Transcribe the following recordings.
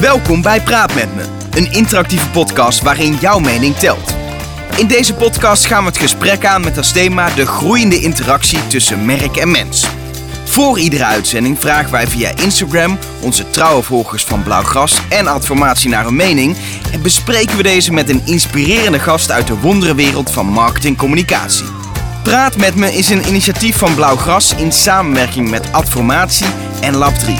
Welkom bij Praat Met Me, een interactieve podcast waarin jouw mening telt. In deze podcast gaan we het gesprek aan met als thema de groeiende interactie tussen merk en mens. Voor iedere uitzending vragen wij via Instagram onze trouwe volgers van Blauwgras en Adformatie naar hun mening en bespreken we deze met een inspirerende gast uit de wonderenwereld van marketingcommunicatie. Praat Met Me is een initiatief van Blauwgras in samenwerking met Adformatie en Lab 3.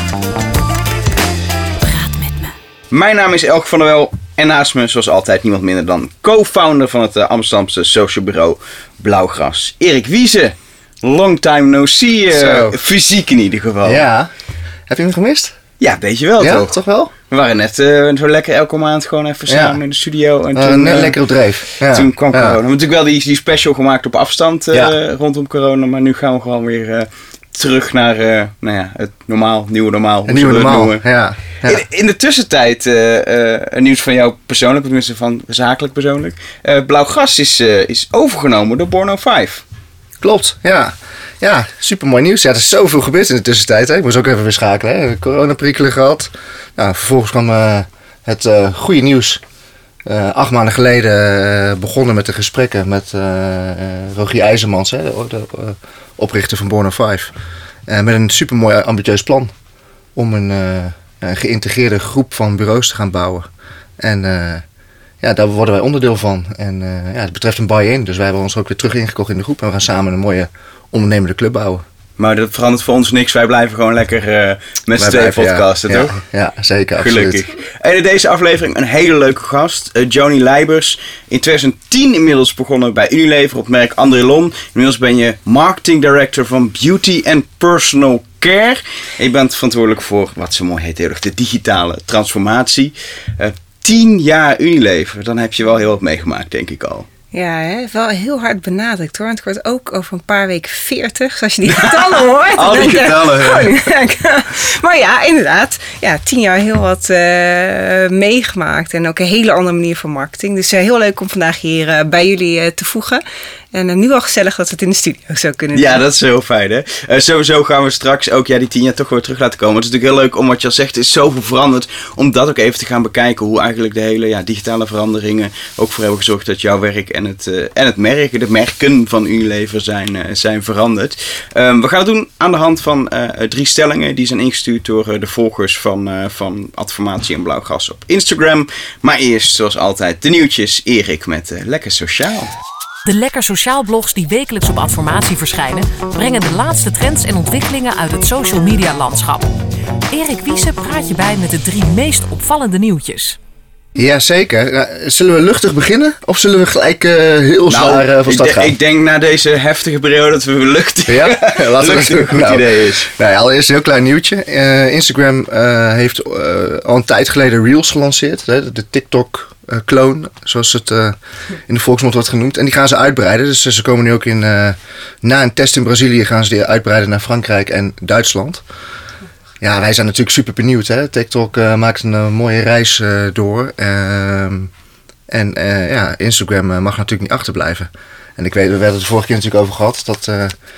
Mijn naam is Elke van der Wel en naast me, zoals altijd, niemand minder dan co-founder van het Amsterdamse social bureau Blauwgras. Erik Wiese, long time no see, fysiek in ieder geval. Ja, heb je hem gemist? Ja, weet je wel, ja, toch wel? We waren net zo lekker elke maand gewoon even samen in de studio. En toen, net lekker op dreef. Ja. Toen kwam corona. We hebben natuurlijk wel die special gemaakt op afstand rondom corona, maar nu gaan we gewoon weer terug naar het nieuwe normaal. Het nieuwe normaal, ja. In de tussentijd, nieuws van jou persoonlijk, tenminste van zakelijk persoonlijk. Blauwgras is overgenomen door Borno 5. Klopt, ja. Ja, supermooi nieuws. Ja, er is zoveel gebeurd in de tussentijd. Hè. Ik moest ook even weer schakelen. Hè. Coronaprikkelen gehad. Nou, vervolgens kwam het goede nieuws. 8 maanden geleden begonnen met de gesprekken met Rogier IJzermans, de oprichter van Borno 5. Met een supermooi ambitieus plan om een geïntegreerde groep van bureaus te gaan bouwen. En daar worden wij onderdeel van. En het betreft een buy-in. Dus wij hebben ons ook weer terug ingekocht in de groep. En we gaan samen een mooie ondernemende club bouwen. Maar dat verandert voor ons niks. Wij blijven gewoon lekker met z'n tweeën podcasten, toch? Ja, zeker. Gelukkig. Absoluut. En in deze aflevering een hele leuke gast. Joni Leibers. In 2010 inmiddels begonnen bij Unilever op het merk André Lon. Inmiddels ben je marketing director van Beauty and Personal Care. En je bent verantwoordelijk voor, wat zo mooi heet, de digitale transformatie. 10 jaar Unilever. Dan heb je wel heel wat meegemaakt, denk ik al. Ja, wel heel hard benadrukt hoor. Want het wordt ook over een paar weken 40. Zoals je die getallen hoort. Al die getallen. Maar ja, inderdaad. Ja, 10 jaar heel wat meegemaakt. En ook een hele andere manier van marketing. Dus heel leuk om vandaag hier bij jullie te voegen. En nu al gezellig dat we het in de studio zo kunnen doen. Ja, dat is heel fijn hè. Sowieso gaan we straks ook die 10 jaar toch weer terug laten komen. Het is natuurlijk heel leuk om wat je al zegt, is zoveel veranderd. Om dat ook even te gaan bekijken. Hoe eigenlijk de hele digitale veranderingen ook voor hebben gezorgd dat jouw werk en het merk, de merken van Unilever zijn veranderd. We gaan het doen aan de hand van 3 stellingen. Die zijn ingestuurd door de volgers van Adformatie en Blauwgras op Instagram. Maar eerst, zoals altijd, de nieuwtjes. Erik met Lekker Sociaal. De Lekker Sociaal blogs die wekelijks op Adformatie verschijnen, brengen de laatste trends en ontwikkelingen uit het social media landschap. Erik Wiese praat je bij met de 3 meest opvallende nieuwtjes. Jazeker. Zullen we luchtig beginnen? Of zullen we gelijk heel zwaar van start gaan? Ik denk na deze heftige periode dat we luchtig een goed idee is. Nou ja, allereerst een heel klein nieuwtje. Instagram heeft al een tijd geleden Reels gelanceerd. De TikTok-kloon, zoals het in de volksmond wordt genoemd. En die gaan ze uitbreiden. Dus ze komen nu ook na een test in Brazilië gaan ze die uitbreiden naar Frankrijk en Duitsland. Ja, wij zijn natuurlijk super benieuwd. Hè? TikTok maakt een mooie reis door. Instagram mag natuurlijk niet achterblijven. En ik weet, we hebben het de vorige keer natuurlijk over gehad. Dat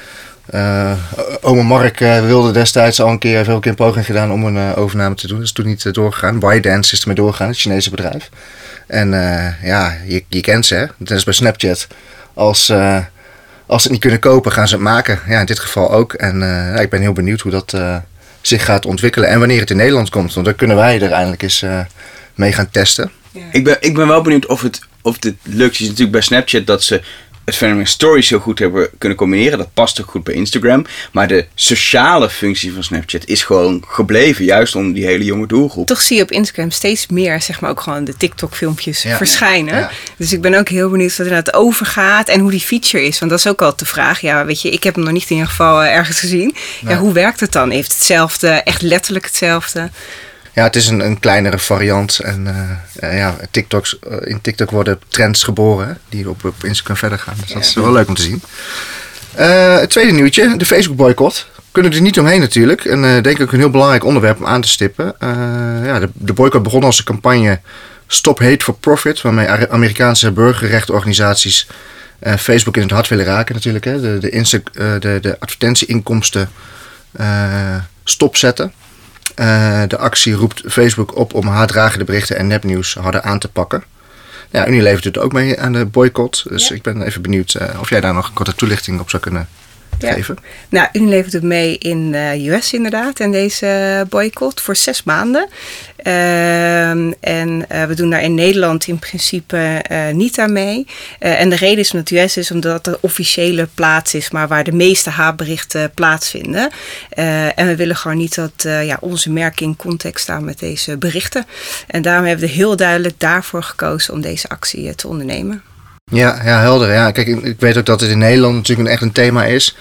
Oma Mark wilde destijds al veel keer een poging gedaan om een overname te doen. Dat is toen niet doorgegaan. ByteDance is ermee doorgegaan, het Chinese bedrijf. En je kent ze, hè. Dat is bij Snapchat. Als ze het niet kunnen kopen, gaan ze het maken. Ja, in dit geval ook. En ik ben heel benieuwd hoe dat zich gaat ontwikkelen en wanneer het in Nederland komt. Want dan kunnen wij er eindelijk eens mee gaan testen. Ja. Ik ben wel benieuwd of dit lukt. Je ziet natuurlijk bij Snapchat dat ze het fenomeen stories heel goed hebben kunnen combineren. Dat past ook goed bij Instagram. Maar de sociale functie van Snapchat is gewoon gebleven. Juist om die hele jonge doelgroep. Toch zie je op Instagram steeds meer, zeg maar, ook gewoon de TikTok filmpjes verschijnen. Ja. Dus ik ben ook heel benieuwd wat er het overgaat en hoe die feature is. Want dat is ook altijd de vraag. Ja, weet je, ik heb hem nog niet in ieder geval ergens gezien. Ja, hoe werkt het dan? Heeft hetzelfde, echt letterlijk hetzelfde? Ja, het is een kleinere variant. En in TikTok worden trends geboren die op Instagram verder gaan. Dus dat is wel leuk om te zien. Het tweede nieuwtje, de Facebook boycott. Kunnen er niet omheen natuurlijk. En denk ik ook een heel belangrijk onderwerp om aan te stippen. De boycott begon als een campagne Stop Hate for Profit. Waarmee Amerikaanse burgerrechtenorganisaties Facebook in het hart willen raken natuurlijk. Hè. De advertentieinkomsten stopzetten. De actie roept Facebook op om haatdragende berichten en nepnieuws harder aan te pakken. Ja, Unilever doet ook mee aan de boycott. Dus ik ben even benieuwd of jij daar nog een korte toelichting op zou kunnen geven. Nou, Unilever doet mee in de US inderdaad. En deze boycott voor 6 maanden. We doen daar in Nederland in principe niet aan mee. En de reden is omdat het US is omdat het de officiële plaats is, maar waar de meeste haatberichten plaatsvinden. En we willen gewoon niet dat onze merken in context staan met deze berichten. En daarom hebben we heel duidelijk daarvoor gekozen om deze actie te ondernemen. Ja, helder. Ja. Kijk, ik weet ook dat het in Nederland natuurlijk echt een thema is.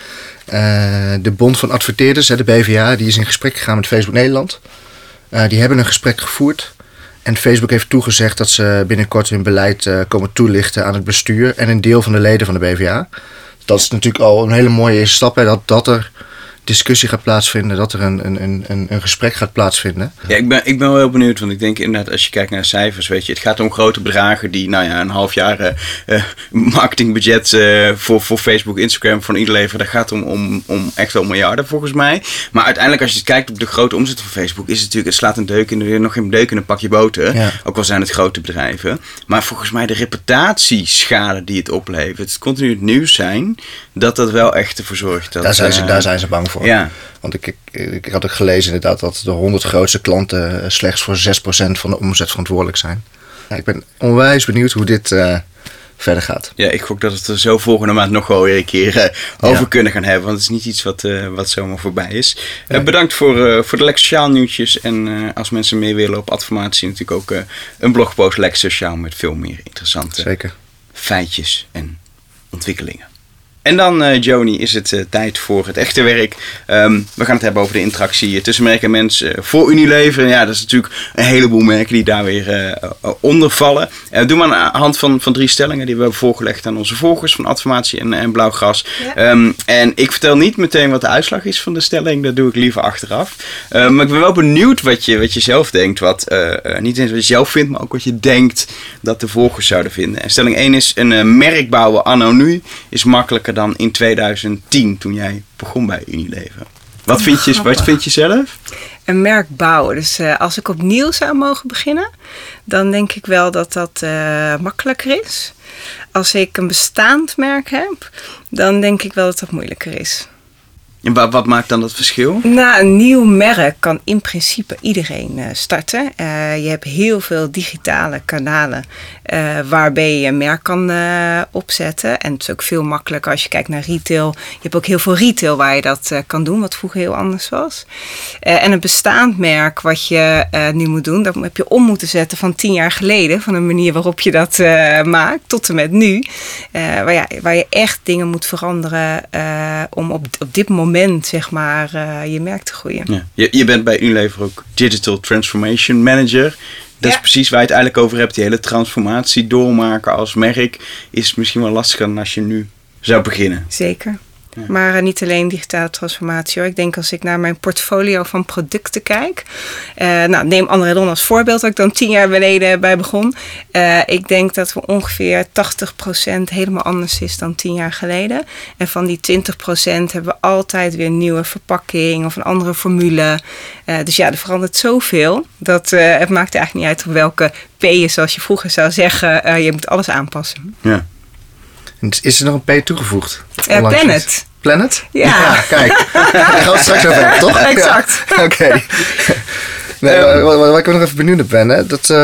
De Bond van Adverteerders, de BVA, die is in gesprek gegaan met Facebook Nederland. Die hebben een gesprek gevoerd. En Facebook heeft toegezegd dat ze binnenkort hun beleid komen toelichten aan het bestuur en een deel van de leden van de BVA. Dat is natuurlijk al een hele mooie eerste stap, hè, dat er discussie gaat plaatsvinden, dat er een gesprek gaat plaatsvinden. Ja, ik ben wel heel benieuwd, want ik denk inderdaad, als je kijkt naar cijfers, weet je, het gaat om grote bedragen die, een half jaar marketingbudget voor Facebook, Instagram, voor Unilever, dat gaat om echt wel miljarden volgens mij. Maar uiteindelijk, als je kijkt op de grote omzet van Facebook, is het natuurlijk, het slaat een deuk in de nog geen deuk in een pakje boter. Ja. Ook al zijn het grote bedrijven. Maar volgens mij de reputatieschade die het oplevert, het continu het nieuws zijn, dat wel echt ervoor zorgt dat... Daar zijn ze bang voor. Ja. Want ik had ook gelezen inderdaad dat de 100 grootste klanten slechts voor 6% van de omzet verantwoordelijk zijn. Ja, ik ben onwijs benieuwd hoe dit verder gaat. Ja, ik gok dat we het er zo volgende maand nog wel weer een keer over kunnen gaan hebben. Want het is niet iets wat zomaar voorbij is. Bedankt voor de Lekker Sociaal nieuwtjes. En als mensen meer willen op Adformatie, natuurlijk ook een blogpost Lekker Sociaal met veel meer interessante feitjes en ontwikkelingen. En dan, Joni, is het tijd voor het echte werk. We gaan het hebben over de interactie tussen merk en mens voor Unilever. Ja, dat is natuurlijk een heleboel merken die daar weer onder vallen. Doen we aan de hand van 3 stellingen die we hebben voorgelegd aan onze volgers van Adformatie en Blauwgras. Ja. En ik vertel niet meteen wat de uitslag is van de stelling. Dat doe ik liever achteraf. Maar ik ben wel benieuwd wat je zelf denkt. Niet eens wat je zelf vindt, maar ook wat je denkt dat de volgers zouden vinden. En stelling 1 is: een merk bouwen anno nu is makkelijker dan in 2010 toen jij begon bij Unilever. Wat vind je zelf? Een merk bouwen. Dus als ik opnieuw zou mogen beginnen, dan denk ik wel dat dat makkelijker is. Als ik een bestaand merk heb, dan denk ik wel dat dat moeilijker is. En wat maakt dan dat verschil? Nou, een nieuw merk kan in principe iedereen starten. Je hebt heel veel digitale kanalen waarbij je een merk kan opzetten. En het is ook veel makkelijker als je kijkt naar retail. Je hebt ook heel veel retail waar je dat kan doen, wat vroeger heel anders was. En een bestaand merk wat je nu moet doen, dat heb je om moeten zetten van 10 jaar geleden. Van de manier waarop je dat maakt tot en met nu. Waar je echt dingen moet veranderen om op dit moment zeg maar je merk te groeien. Ja. Je bent bij Unilever ook Digital Transformation Manager. Dat is precies waar je het eigenlijk over hebt. Die hele transformatie doormaken als merk is misschien wel lastiger dan als je nu zou beginnen. Zeker. Ja. Maar niet alleen digitale transformatie hoor. Ik denk als ik naar mijn portfolio van producten kijk. Neem André Don als voorbeeld, waar ik dan 10 jaar geleden bij begon. Ik denk dat we ongeveer 80% helemaal anders is dan 10 jaar geleden. En van die 20% hebben we altijd weer een nieuwe verpakking of een andere formule. Dus ja, er verandert zoveel. Dat het maakt eigenlijk niet uit op welke P je, zoals je vroeger zou zeggen. Je moet alles aanpassen. Ja. Is er nog een P toegevoegd? Planet. Planet? Ja. Kijk. Daar gaan we het straks over hebben, toch? Exact. Ja. Oké. Waar ik nog even benieuwd naar ben,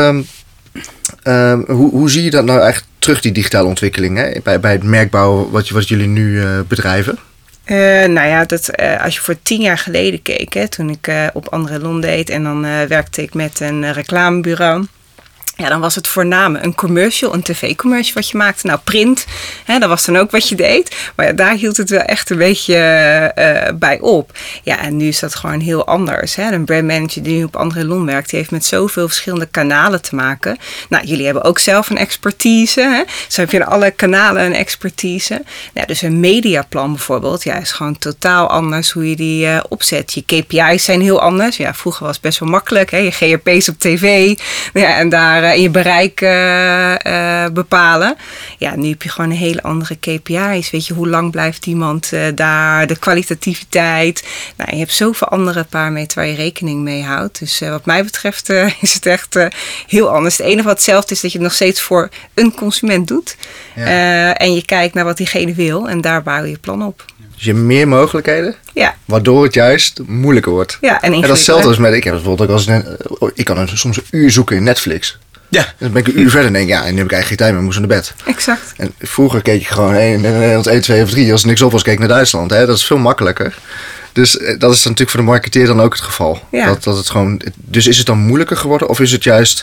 hè, hoe zie je dat nou eigenlijk terug, die digitale ontwikkeling, hè, bij het merkbouwen wat jullie nu bedrijven? Als je voor 10 jaar geleden keek, hè, toen ik op André Don deed en dan werkte ik met een reclamebureau. Ja, dan was het voornamelijk een commercial, een tv-commercial wat je maakte. Nou, print, hè, dat was dan ook wat je deed. Maar ja, daar hield het wel echt een beetje bij op. Ja, en nu is dat gewoon heel anders. Hè. Een brandmanager die nu op André Don werkt, die heeft met zoveel verschillende kanalen te maken. Nou, jullie hebben ook zelf een expertise. Hè. Zo heb je in alle kanalen een expertise. Ja, dus een mediaplan bijvoorbeeld, ja, is gewoon totaal anders hoe je die opzet. Je KPI's zijn heel anders. Ja, vroeger was het best wel makkelijk. Hè. Je GRP's op tv. Ja, en daar en je bereik bepalen. Ja, nu heb je gewoon een hele andere KPI's. Weet je, hoe lang blijft iemand daar? De kwalitativiteit. Nou, je hebt zoveel andere parameters waar je rekening mee houdt. Dus wat mij betreft is het echt heel anders. Het enige wat hetzelfde is dat je het nog steeds voor een consument doet. Ja. En je kijkt naar wat diegene wil en daar bouw je plan op. Dus je hebt meer mogelijkheden, waardoor het juist moeilijker wordt. Ja, en dat is hetzelfde als met, ik heb bijvoorbeeld ook ik kan soms een uur zoeken in Netflix. Ja. Dan ben ik een uur verder en denk ik, en nu heb ik eigenlijk geen tijd meer, moest naar bed. Exact. En vroeger keek ik gewoon 1, 2 of 3, als er niks op was, keek ik naar Duitsland. Hè? Dat is veel makkelijker. Dus dat is natuurlijk voor de marketeer dan ook het geval. Ja. Dat het gewoon, dus is het dan moeilijker geworden of is het juist,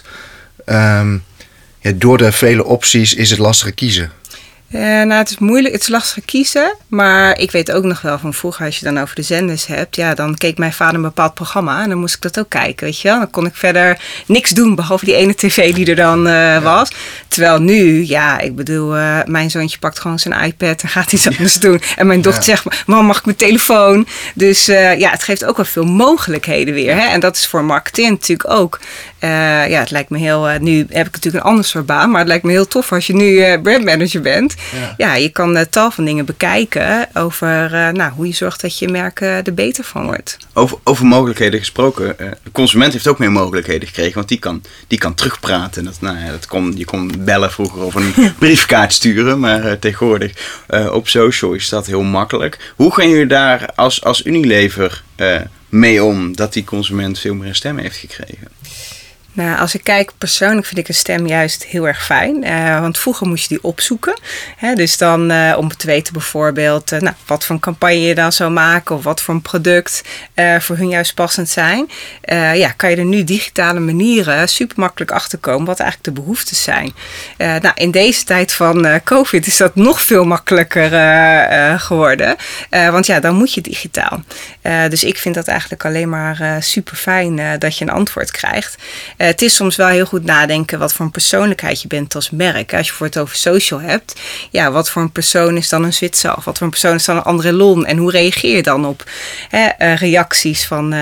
door de vele opties is het lastiger kiezen? Nou, het is moeilijk, het is lastig kiezen. Maar ik weet ook nog wel van vroeger, als je dan over de zenders hebt. Ja, dan keek mijn vader een bepaald programma. En dan moest ik dat ook kijken, weet je wel. Dan kon ik verder niks doen, behalve die ene tv die er dan was. Terwijl nu, ik bedoel, mijn zoontje pakt gewoon zijn iPad en gaat iets anders doen. En mijn dochter zegt, mam, mag ik mijn telefoon? Dus het geeft ook wel veel mogelijkheden weer. Hè? En dat is voor marketeer natuurlijk ook. Het lijkt me heel, nu heb ik natuurlijk een ander soort baan. Maar het lijkt me heel tof als je nu brandmanager bent. Ja, je kan tal van dingen bekijken over hoe je zorgt dat je merk er beter van wordt. Over mogelijkheden gesproken. De consument heeft ook meer mogelijkheden gekregen. Want die kan terugpraten. Je kon bellen vroeger of een briefkaart sturen. Maar tegenwoordig op social is dat heel makkelijk. Hoe gaan jullie daar als Unilever mee om dat die consument veel meer een stem heeft gekregen? Nou, als ik kijk persoonlijk vind ik een stem juist heel erg fijn. Want vroeger moest je die opzoeken. Dus dan om te weten bijvoorbeeld wat voor een campagne je dan zou maken. Of wat voor een product voor hun juist passend zijn. Kan je er nu digitale manieren super makkelijk achterkomen wat eigenlijk de behoeftes zijn. In deze tijd van COVID is dat nog veel makkelijker geworden. Want dan moet je digitaal. Dus ik vind dat eigenlijk alleen maar super fijn dat je een antwoord krijgt. Het is soms wel heel goed nadenken wat voor een persoonlijkheid je bent als merk. Als je voor het over social hebt. Ja, wat voor een persoon is dan een Zwitser? Of wat voor een persoon is dan een André Lon? En hoe reageer je dan op reacties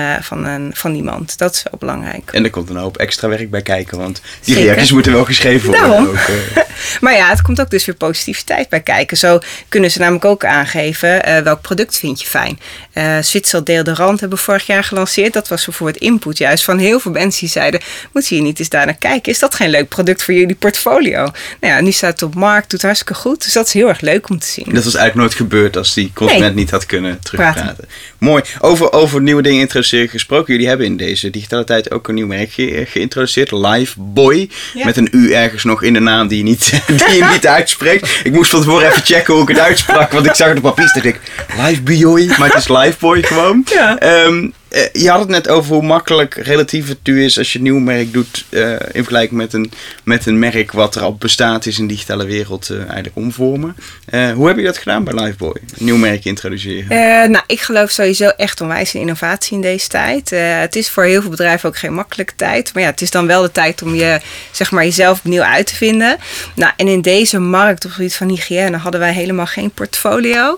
van iemand? Dat is wel belangrijk. En er komt een hoop extra werk bij kijken. Want die reacties moeten wel geschreven worden. Daarom. Ook, Maar het komt ook dus weer positiviteit bij kijken. Zo kunnen ze namelijk ook aangeven welk product vind je fijn. Zwitser deodorant hebben we vorig jaar gelanceerd. Dat was bijvoorbeeld input juist van heel veel mensen die zeiden, moet je niet eens daar naar kijken? Is dat geen leuk product voor jullie portfolio? Nu staat het op markt, doet hartstikke goed. Dus dat is heel erg leuk om te zien. Dat was eigenlijk nooit gebeurd als die consument niet had kunnen terugpraten. Mooi. Over nieuwe dingen introduceren gesproken. Jullie hebben in deze digitale tijd ook een nieuw merk geïntroduceerd. Lifebuoy. Ja. Met een U ergens nog in de naam die je niet uitspreekt. Ik moest van tevoren even checken hoe ik het uitsprak. Want ik zag het op papier. Dacht ik, Lifebuoy. Maar het is Lifebuoy gewoon. Ja. Je had het net over hoe makkelijk relatief het nu is als je een nieuw merk doet in vergelijking met een merk wat er al bestaat is in de digitale wereld eigenlijk omvormen. Hoe heb je dat gedaan bij Lifebuoy? Een nieuw merk introduceren? Ik geloof sowieso echt onwijs in innovatie in deze tijd. Het is voor heel veel bedrijven ook geen makkelijke tijd. Maar het is dan wel de tijd om jezelf opnieuw uit te vinden. En in deze markt op het gebied van hygiëne hadden wij helemaal geen portfolio.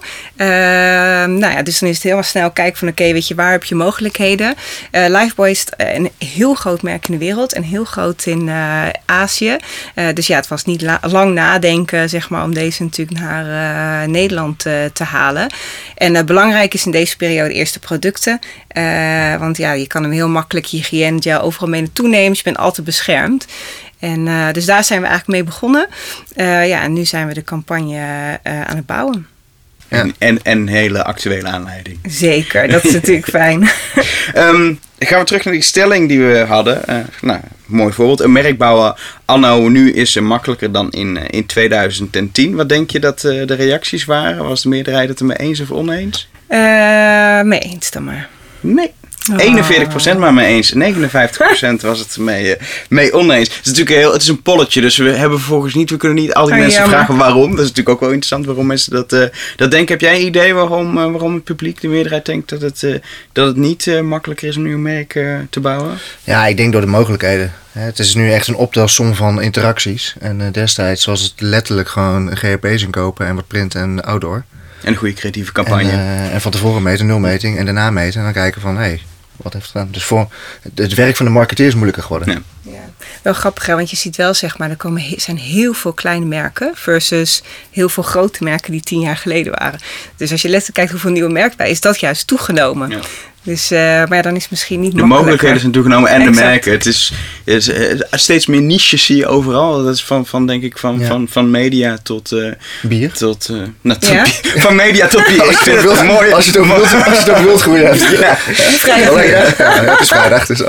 Dus dan is het helemaal snel kijken van weet je, waar heb je mogelijkheden? Lifebuoy is een heel groot merk in de wereld en heel groot in Azië. Dus het was niet lang nadenken om deze natuurlijk naar Nederland te halen. En belangrijk is in deze periode eerst de producten. Want je kan hem heel makkelijk hygiëne gel overal mee naartoe nemen. Dus je bent altijd beschermd. En dus daar zijn we eigenlijk mee begonnen. En nu zijn we de campagne aan het bouwen. Ja. En een hele actuele aanleiding. Zeker, dat is natuurlijk fijn. Gaan we terug naar die stelling die we hadden. Mooi voorbeeld. Een merk bouwen anno nu is makkelijker dan in 2010. Wat denk je dat de reacties waren? Was de meerderheid het er mee eens of oneens? Mee eens dan maar. Nee. 41% maar mee eens. 59% was het mee oneens. Het is natuurlijk het is een polletje, dus we kunnen niet al die mensen vragen waarom. Dat is natuurlijk ook wel interessant waarom mensen dat denken. Heb jij een idee waarom het publiek, de meerderheid, denkt dat het niet makkelijker is om een nieuw merk te bouwen? Ja, ik denk door de mogelijkheden. Het is nu echt een optelsom van interacties. En destijds was het letterlijk gewoon GRP's inkopen en wat print en outdoor. En een goede creatieve campagne. En van tevoren meten, nulmeting en daarna meten. En dan kijken van, wat heeft gedaan. Dus voor het werk van de marketeer is moeilijker geworden. Ja. Ja, wel grappig, hè? Want je ziet wel, zeg maar, zijn heel veel kleine merken versus heel veel grote merken die 10 jaar geleden waren. Dus als je letterlijk kijkt hoeveel nieuwe merken bij is dat juist toegenomen. Ja. Dus, maar ja, dan is het misschien niet makkelijker. De mogelijkheden zijn toegenomen en de merken. Het is steeds meer niches zie je overal. Dat is van media tot... bier? Van media tot bier. Ik vind het mooi. Als je het over wildgroei hebt. Ja. Het is vrijdag, dus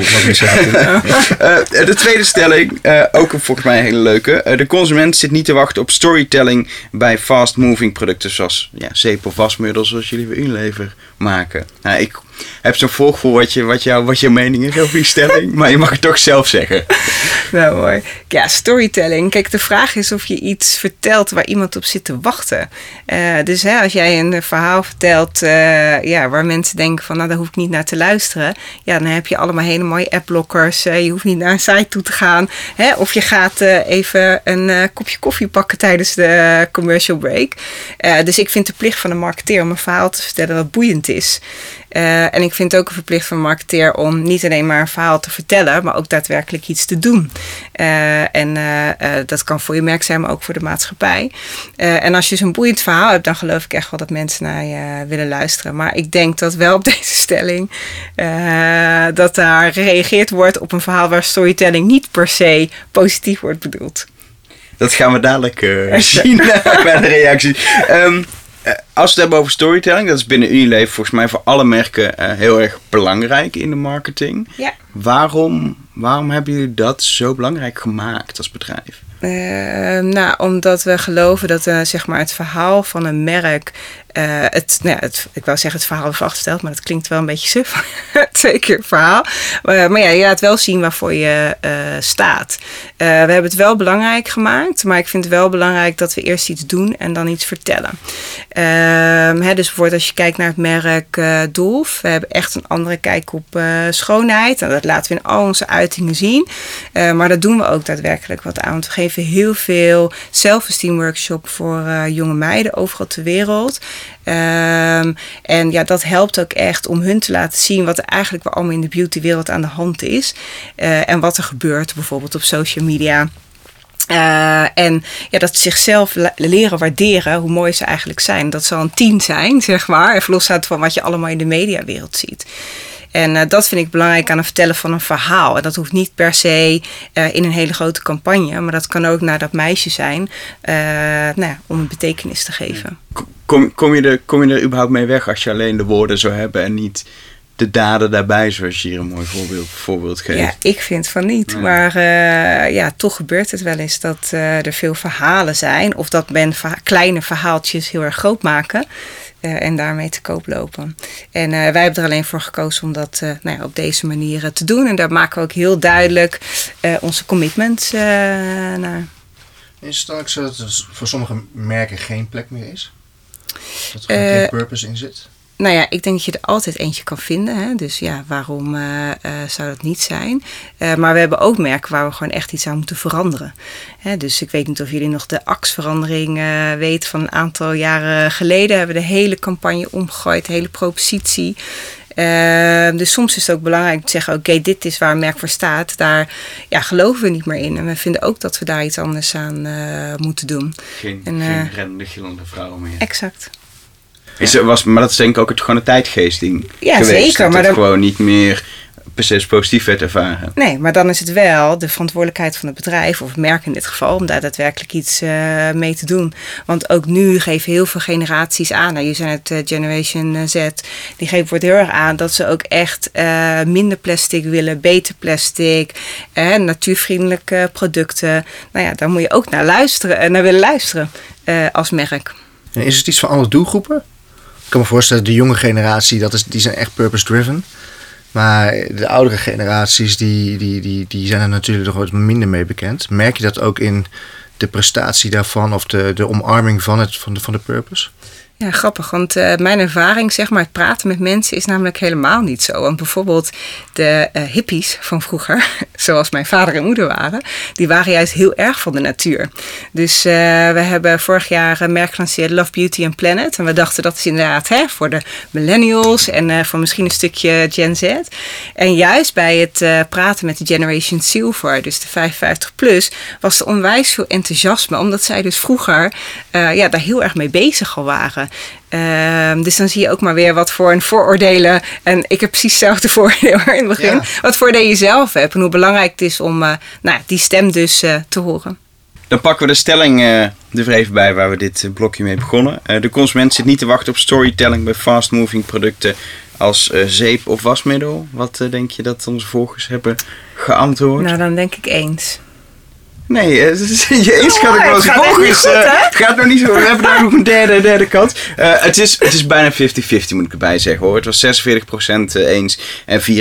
de tweede stelling, ook volgens mij een hele leuke. De consument zit niet te wachten op storytelling bij fast-moving producten zoals zeep of wasmiddel, zoals jullie bij Unilever maken. Nou, ik heb zo'n volgvoer wat jouw mening is over die stelling, maar je mag het toch zelf zeggen. Nou mooi. Ja, storytelling. Kijk, de vraag is of je iets vertelt waar iemand op zit te wachten. Dus als jij een verhaal vertelt waar mensen denken van, nou, daar hoef ik niet naar te luisteren. Ja, dan heb je allemaal hele mooie appblokkers. Je hoeft niet naar een site toe te gaan. Of je gaat even een kopje koffie pakken tijdens de commercial break. Dus ik vind de plicht van de marketeer om een verhaal te vertellen dat boeiend is. En ik vind het ook een verplicht van een marketeer om niet alleen maar een verhaal te vertellen, maar ook daadwerkelijk iets te doen. Dat kan voor je merk zijn, maar ook voor de maatschappij. En als je zo'n boeiend verhaal hebt, dan geloof ik echt wel dat mensen naar je willen luisteren. Maar ik denk dat wel op deze stelling dat daar gereageerd wordt op een verhaal waar storytelling niet per se positief wordt bedoeld. Dat gaan we dadelijk zien bij de reactie. Als we het hebben over storytelling, dat is binnen Unilever volgens mij voor alle merken heel erg belangrijk in de marketing. Ja. Waarom hebben jullie dat zo belangrijk gemaakt als bedrijf? Omdat we geloven dat zeg maar het verhaal van een merk, ik wou zeggen het verhaal is afgesteld, maar dat klinkt wel een beetje suf. 2 keer verhaal. Maar ja, je laat wel zien waarvoor je staat. We hebben het wel belangrijk gemaakt, maar ik vind het wel belangrijk dat we eerst iets doen en dan iets vertellen. Dus bijvoorbeeld als je kijkt naar het merk Dolf, we hebben echt een andere kijk op schoonheid. En dat laten we in al onze uitingen zien. Maar dat doen we ook daadwerkelijk wat aan. Want we geven heel veel self-esteem workshop voor jonge meiden overal ter wereld. En ja, dat helpt ook echt om hun te laten zien wat er eigenlijk wel allemaal in de beautywereld aan de hand is. En wat er gebeurt bijvoorbeeld op social media. En ja, dat ze zichzelf leren waarderen hoe mooi ze eigenlijk zijn. Dat zal een 10 zijn, zeg maar. Even losstaand van wat je allemaal in de mediawereld ziet. En dat vind ik belangrijk aan het vertellen van een verhaal. En dat hoeft niet per se in een hele grote campagne. Maar dat kan ook naar dat meisje zijn. Om een betekenis te geven. Kom je er überhaupt mee weg als je alleen de woorden zou hebben en niet de daden daarbij, zoals je hier een mooi voorbeeld geeft? Ja, ik vind van niet. Ja. Maar toch gebeurt het wel eens dat er veel verhalen zijn. Of dat men kleine verhaaltjes heel erg groot maken. En daarmee te koop lopen. En wij hebben er alleen voor gekozen om dat op deze manier te doen. En daar maken we ook heel duidelijk onze commitments naar. Is het dan ook zo dat er voor sommige merken geen plek meer is? Dat er geen purpose in zit? Nou ja, ik denk dat je er altijd eentje kan vinden. Hè? Dus ja, waarom zou dat niet zijn? Maar we hebben ook merken waar we gewoon echt iets aan moeten veranderen. Dus ik weet niet of jullie nog de Axe-verandering weten van een aantal jaren geleden. Hebben we de hele campagne omgegooid, de hele propositie. Dus soms is het ook belangrijk om te zeggen, oké, dit is waar een merk voor staat. Daar geloven we niet meer in. En we vinden ook dat we daar iets anders aan moeten doen. Geen rennende, gillende vrouwen meer. Exact. Maar dat is denk ik ook gewoon een tijdgeesting geweest. Zeker. Dat het gewoon niet meer precies positief werd ervaren. Nee, maar dan is het wel de verantwoordelijkheid van het bedrijf, of het merk in dit geval, om daar daadwerkelijk iets mee te doen. Want ook nu geven heel veel generaties aan. Nou, je zijn het Generation Z. Die wordt heel erg aan dat ze ook echt minder plastic willen, beter plastic, natuurvriendelijke producten. Nou ja, daar moet je ook naar willen luisteren als merk. En is het iets van alle doelgroepen? Ik kan me voorstellen, de jonge generatie, die zijn echt purpose-driven. Maar de oudere generaties, die zijn er natuurlijk nog wat minder mee bekend. Merk je dat ook in de prestatie daarvan of de omarming van de purpose? Ja, grappig, want mijn ervaring, zeg maar, het praten met mensen is namelijk helemaal niet zo. Want bijvoorbeeld de hippies van vroeger, zoals mijn vader en moeder waren, die waren juist heel erg van de natuur. Dus we hebben vorig jaar een merk gelanceerd, Love, Beauty and Planet. En we dachten dat is inderdaad voor de millennials en voor misschien een stukje Gen Z. En juist bij het praten met de Generation Silver, dus de 55 plus, was er onwijs veel enthousiasme. Omdat zij dus vroeger daar heel erg mee bezig al waren. Dus dan zie je ook maar weer wat voor een vooroordelen. En ik heb precies hetzelfde voordeel in het begin. Ja. Wat voordeel je zelf hebt en hoe belangrijk het is om die stem dus te horen. Dan pakken we de stelling er even bij waar we dit blokje mee begonnen. De consument zit niet te wachten op storytelling bij fast-moving producten als zeep of wasmiddel. Wat denk je dat onze volgers hebben geantwoord? Nou, dan denk ik eens. Nee, je eens gaat ik wel eens volgers. Het gaat nog niet zo. We hebben daar nog een derde kant. Het is bijna 50-50 moet ik erbij zeggen hoor. Het was 46% eens en 54%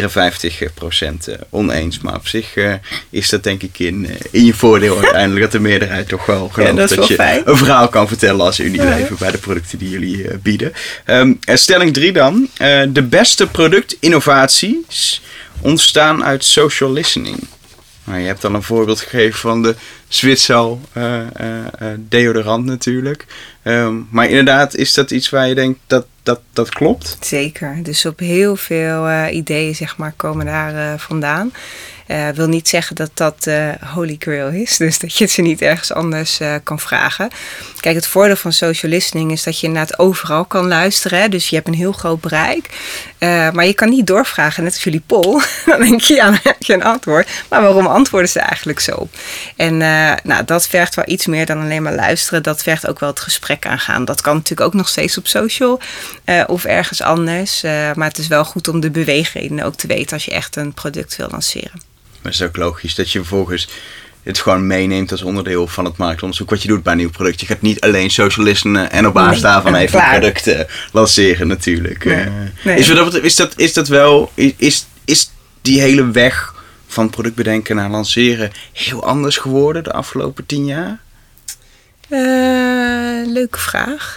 oneens. Maar op zich is dat denk ik in je voordeel uiteindelijk dat de meerderheid toch wel gelooft dat je fijn. Een verhaal kan vertellen als Unilever bij de producten die jullie bieden. Stelling 3 dan. De beste productinnovaties ontstaan uit social listening. Nou, je hebt dan een voorbeeld gegeven van de Zwitsal deodorant natuurlijk. Maar inderdaad, is dat iets waar je denkt dat klopt? Zeker. Dus op heel veel ideeën zeg maar, komen daar vandaan. Wil niet zeggen dat dat holy grail is. Dus dat je het ze niet ergens anders kan vragen. Kijk, het voordeel van social listening is dat je inderdaad overal kan luisteren. Hè? Dus je hebt een heel groot bereik. Maar je kan niet doorvragen, net als jullie poll. Dan denk je, ja, dan heb je een antwoord. Maar waarom antwoorden ze eigenlijk zo op? En dat vergt wel iets meer dan alleen maar luisteren. Dat vergt ook wel het gesprek aangaan. Dat kan natuurlijk ook nog steeds op social of ergens anders. Maar het is wel goed om de beweegredenen ook te weten als je echt een product wil lanceren. Maar het is ook logisch dat je vervolgens het gewoon meeneemt als onderdeel van het marktonderzoek wat je doet bij een nieuw product. Je gaat niet alleen social listenen en op basis daarvan even een product lanceren natuurlijk. Nee. Is dat wel, is die hele weg van product bedenken naar lanceren heel anders geworden de afgelopen 10 jaar? Leuke vraag.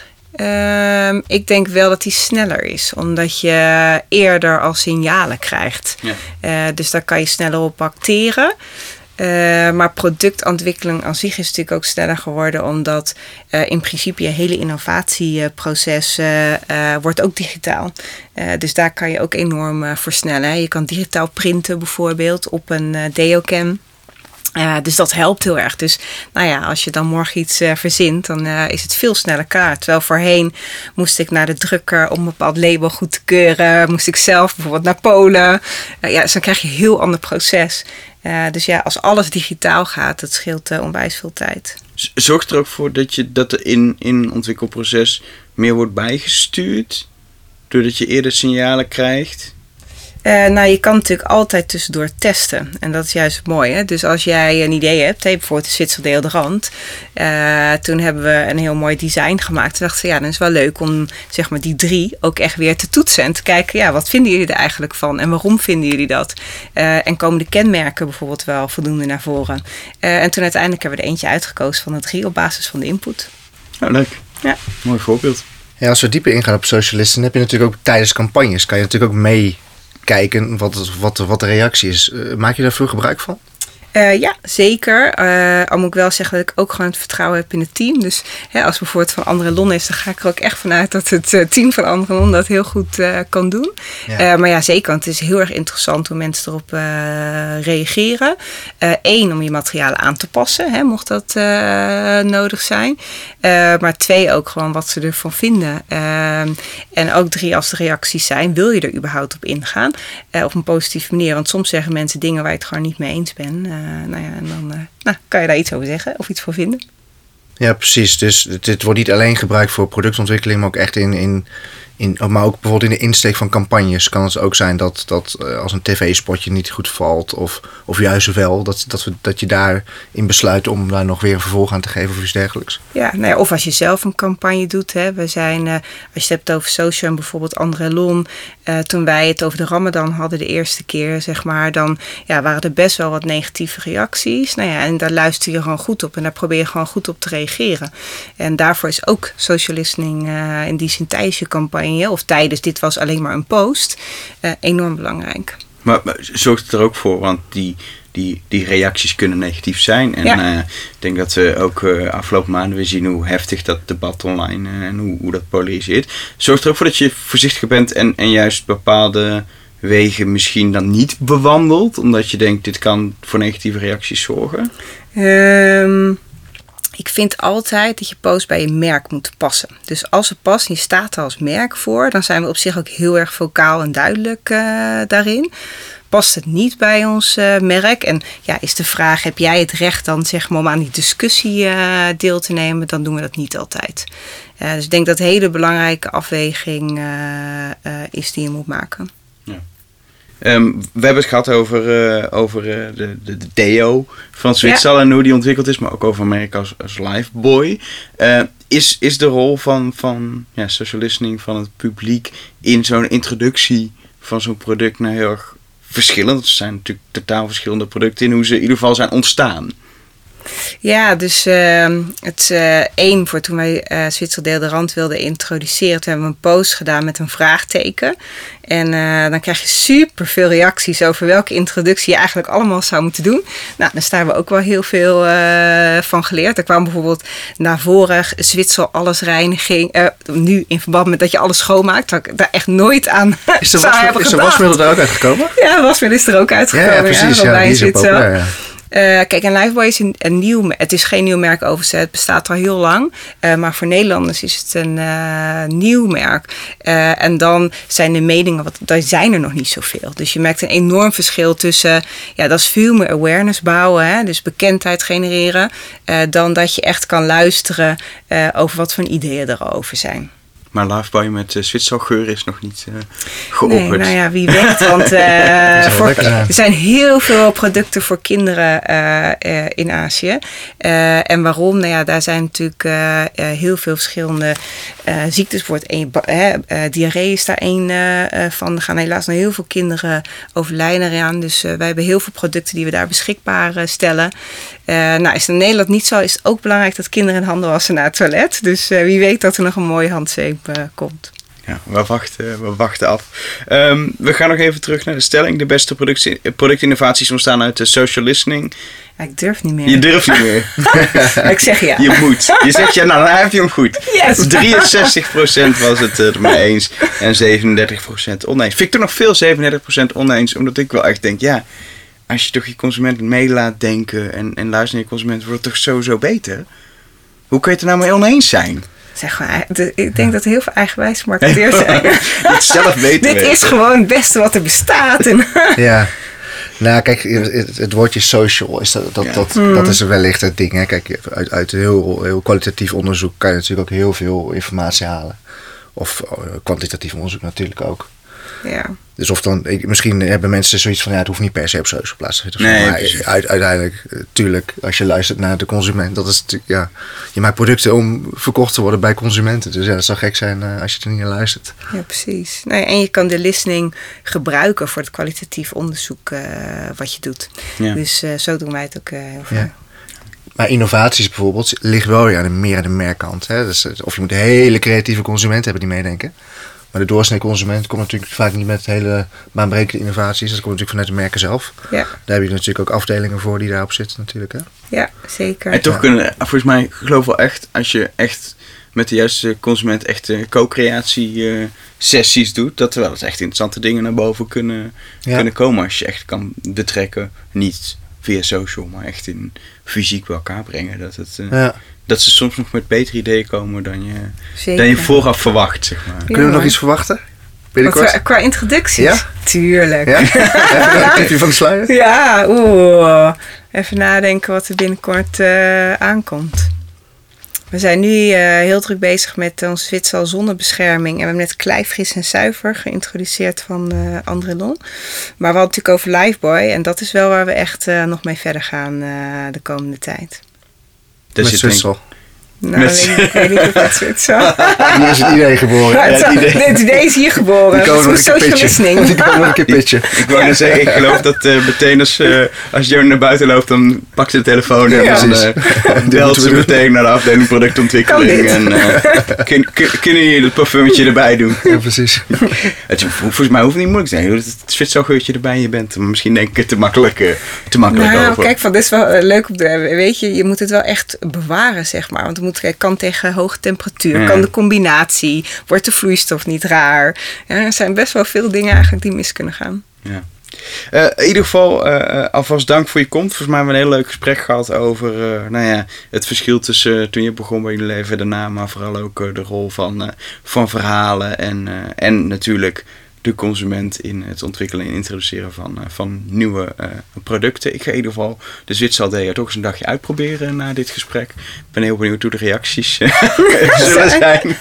Ik denk wel dat die sneller is, omdat je eerder al signalen krijgt. Ja. Dus daar kan je sneller op acteren. Maar productontwikkeling aan zich is natuurlijk ook sneller geworden, omdat in principe je hele innovatieproces wordt ook digitaal. Dus daar kan je ook enorm versnellen. Hè. Je kan digitaal printen bijvoorbeeld op een deocam. Dus dat helpt heel erg. Dus als je dan morgen iets verzint, dan is het veel sneller klaar. Terwijl voorheen moest ik naar de drukker om een bepaald label goed te keuren. Moest ik zelf bijvoorbeeld naar Polen. Dus dan krijg je een heel ander proces. Dus als alles digitaal gaat, dat scheelt onwijs veel tijd. Zorgt er ook voor dat er in een ontwikkelproces meer wordt bijgestuurd? Doordat je eerder signalen krijgt? Je kan natuurlijk altijd tussendoor testen. En dat is juist mooi. Hè? Dus als jij een idee hebt, bijvoorbeeld de Zwitser deodorant. Toen hebben we een heel mooi design gemaakt. Toen dachten we, dan is wel leuk om zeg maar, die 3 ook echt weer te toetsen. En te kijken, wat vinden jullie er eigenlijk van? En waarom vinden jullie dat? En komen de kenmerken bijvoorbeeld wel voldoende naar voren? En toen uiteindelijk hebben we er eentje uitgekozen van de 3 op basis van de input. Oh, leuk. Ja. Mooi voorbeeld. Ja, als we dieper ingaan op social listening, heb je natuurlijk ook tijdens campagnes. Kan je natuurlijk ook meekijken wat de reactie is. Maak je daar veel gebruik van? Ja, zeker. Al moet ik wel zeggen dat ik ook gewoon het vertrouwen heb in het team. Dus als bijvoorbeeld van Andrelon is, dan ga ik er ook echt vanuit dat het team van Andrelon dat heel goed kan doen. Ja. Maar zeker, want het is heel erg interessant hoe mensen erop reageren. 1, om je materialen aan te passen, mocht dat nodig zijn. Maar 2, ook gewoon wat ze ervan vinden. En ook 3, als de reacties zijn, wil je er überhaupt op ingaan? Op een positieve manier. Want soms zeggen mensen dingen waar je het gewoon niet mee eens bent. En dan kan je daar iets over zeggen of iets voor vinden. Ja, precies. Dus dit wordt niet alleen gebruikt voor productontwikkeling, maar ook echt in maar ook bijvoorbeeld in de insteek van campagnes kan het ook zijn dat als een tv-spotje niet goed valt of juist wel, dat je daarin besluit om daar nog weer een vervolg aan te geven of iets dergelijks. Ja, nou ja, of als je zelf een campagne doet. Hè. We zijn, als je het hebt over social en bijvoorbeeld Andrelon, toen wij het over de Ramadan hadden de eerste keer, zeg maar, dan waren er best wel wat negatieve reacties. Nou ja, en daar luister je gewoon goed op en daar probeer je gewoon goed op te reageren. En daarvoor is ook social listening in die zin tijdens je campagne, of tijdens, dit was alleen maar een post, enorm belangrijk. Maar zorgt het er ook voor, want die reacties kunnen negatief zijn. En ik denk dat we ook afgelopen maanden weer zien hoe heftig dat debat online en hoe dat polariseert. Zorgt er ook voor dat je voorzichtiger bent en juist bepaalde wegen misschien dan niet bewandelt, omdat je denkt dit kan voor negatieve reacties zorgen? Ik vind altijd dat je post bij je merk moet passen. Dus als het past en je staat er als merk voor, dan zijn we op zich ook heel erg vocaal en duidelijk daarin. Past het niet bij ons merk? En is de vraag, heb jij het recht dan zeg maar om aan die discussie deel te nemen? Dan doen we dat niet altijd. Dus ik denk dat een hele belangrijke afweging is die je moet maken. Ja. We hebben het gehad over de deo van Zwitserland en hoe die ontwikkeld is, maar ook over Amerika als Lifebuoy. Is de rol van social listening van het publiek in zo'n introductie van zo'n product nou heel erg verschillend? Het zijn natuurlijk totaal verschillende producten in hoe ze in ieder geval zijn ontstaan. Ja, dus voor toen wij Zwitserland Deodorant wilden introduceren, toen hebben we een post gedaan met een vraagteken. En dan krijg je super veel reacties over welke introductie je eigenlijk allemaal zou moeten doen. Nou, daar staan we ook wel heel veel van geleerd. Er kwam bijvoorbeeld naar voren Zwitser allesreiniging. Nu in verband met dat je alles schoonmaakt, dat ik daar echt nooit aan Is de wasmiddel daar ook uitgekomen? Ja, wasmiddel is er ook uitgekomen. Ja, precies. Ja, die is ook populair, ja. Kijk, en Lifebuoy is een nieuw... Het is geen nieuw merk overigens, het bestaat al heel lang. Maar voor Nederlanders is het een nieuw merk. En dan zijn de meningen, daar zijn er nog niet zoveel. Dus je merkt een enorm verschil tussen... dat is veel meer awareness bouwen, hè, dus bekendheid genereren... dan dat je echt kan luisteren over wat voor ideeën erover zijn. Maar Lifebuoy met Zwitsergeur is nog niet geopperd. Nee, nou ja, wie weet. Want er zijn heel veel producten voor kinderen in Azië. En waarom? Nou ja, daar zijn natuurlijk heel veel verschillende ziektes. Diarree is daar één van. Er gaan helaas nog heel veel kinderen overlijden eraan. Dus wij hebben heel veel producten die we daar beschikbaar stellen. Is het in Nederland niet zo, is het ook belangrijk dat kinderen hun handen wassen naar het toilet. Dus wie weet dat er nog een mooie handzeep komt. Ja, we wachten af. We gaan nog even terug naar de stelling. De beste productinnovaties ontstaan uit de social listening. Ja, ik durf niet meer. Je durft niet meer. Ik zeg ja. Je moet. Je zegt ja, nou dan heb je hem goed. Yes. 63% was het ermee eens en 37% oneens. Vind ik toch nog veel 37% oneens, omdat ik wel echt denk, ja, als je toch je consument mee laat denken en luistert naar je consument, wordt het toch sowieso beter? Hoe kun je het er nou mee oneens zijn? Zeg maar, ik denk dat er heel veel eigenwijs marketeers zijn. Het zelf weten. Dit is gewoon het beste wat er bestaat. Ja. Nou, kijk, het woordje social, dat is wellicht het ding. Hè. Kijk, uit heel kwalitatief onderzoek kan je natuurlijk ook heel veel informatie halen. Of kwantitatief onderzoek natuurlijk ook. Ja. Dus misschien hebben mensen zoiets van, het hoeft niet per se op social plaats te zitten. Nee, maar uiteindelijk, tuurlijk, als je luistert naar de consument, dat is natuurlijk, je maakt producten om verkocht te worden bij consumenten. Dus dat zou gek zijn als je er niet naar luistert. Ja, precies. En je kan de listening gebruiken voor het kwalitatief onderzoek wat je doet. Ja. Dus zo doen wij het ook heel veel. Ja. Maar innovaties bijvoorbeeld liggen wel weer meer aan de merkkant. Hè? Dus, of je moet een hele creatieve consument hebben die meedenken. Maar de doorsnee consument komt natuurlijk vaak niet met hele baanbrekende innovaties. Dat komt natuurlijk vanuit de merken zelf. Ja. Daar heb je natuurlijk ook afdelingen voor die daarop zitten natuurlijk. Hè? Ja, zeker. En toch kunnen, volgens mij, geloof wel echt, als je echt met de juiste consument echt co-creatie sessies doet, dat er wel eens echt interessante dingen naar boven kunnen komen. Als je echt kan betrekken, niet via social, maar echt in fysiek bij elkaar brengen. Dat ze soms nog met betere ideeën komen dan je vooraf verwacht, zeg maar. Kunnen we nog iets verwachten? Qua introducties? Ja? Tuurlijk. Ja? Heb je van de sluier? Ja, even nadenken wat er binnenkort aankomt. We zijn nu heel druk bezig met onze Zwitsal zonnebescherming. En we hebben net Kleifris en Zuiver geïntroduceerd van Andrelon. Maar we hadden natuurlijk over Lifebuoy. En dat is wel waar we echt nog mee verder gaan de komende tijd. Met Zwitsal. Nou, ik weet niet of dat Zwitsal. Hier is het idee geboren. Het idee is hier geboren. Het is voor social listening. Die komen nog een keer pitchen. Ik wou net zeggen, ik geloof dat meteen als Joan naar buiten loopt, dan pakt ze de telefoon en dan belt ze meteen naar de afdeling productontwikkeling. En kunnen jullie het parfumetje erbij doen? Ja, precies. Volgens mij hoeft het niet moeilijk te zijn. Het Zwitsergeurtje erbij je bent. Maar misschien denk ik het te makkelijk over. Kijk, dit is wel leuk om te hebben. Weet je moet het wel echt bewaren, zeg maar. Want het kan tegen hoge temperatuur, kan de combinatie, wordt de vloeistof niet raar. Ja, er zijn best wel veel dingen eigenlijk die mis kunnen gaan. Ja. In ieder geval, alvast dank voor je komst. Volgens mij hebben we een heel leuk gesprek gehad over het verschil tussen toen je begon bij Unilever en daarna, maar vooral ook de rol van verhalen en natuurlijk de consument in het ontwikkelen en introduceren van nieuwe producten. Ik ga in ieder geval de Zwitsal Deo toch eens een dagje uitproberen na dit gesprek. Ik ben heel benieuwd hoe de reacties zullen zijn.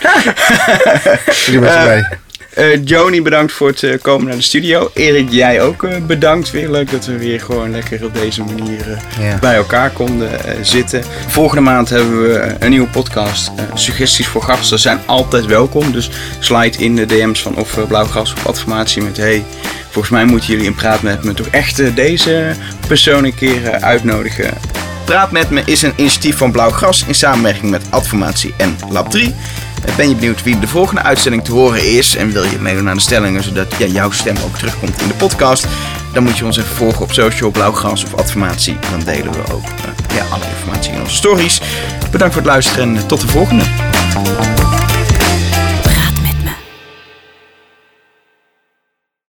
Joni, bedankt voor het komen naar de studio. Erik, jij ook bedankt. Weer leuk dat we weer gewoon lekker op deze manier bij elkaar konden zitten. Volgende maand hebben we een nieuwe podcast. Suggesties voor gasten zijn altijd welkom. Dus slide in de DM's van of Blauwgras of Adformatie met volgens mij moeten jullie in Praat Met Me toch echt deze persoon een keer uitnodigen. Praat Met Me is een initiatief van Blauwgras in samenwerking met Adformatie en Lab 3. Ben je benieuwd wie de volgende uitzending te horen is en wil je meedoen aan de stellingen zodat jouw stem ook terugkomt in de podcast, dan moet je ons even volgen op social, Blauwgras of Adformatie. Dan delen we ook alle informatie in onze stories. Bedankt voor het luisteren en tot de volgende.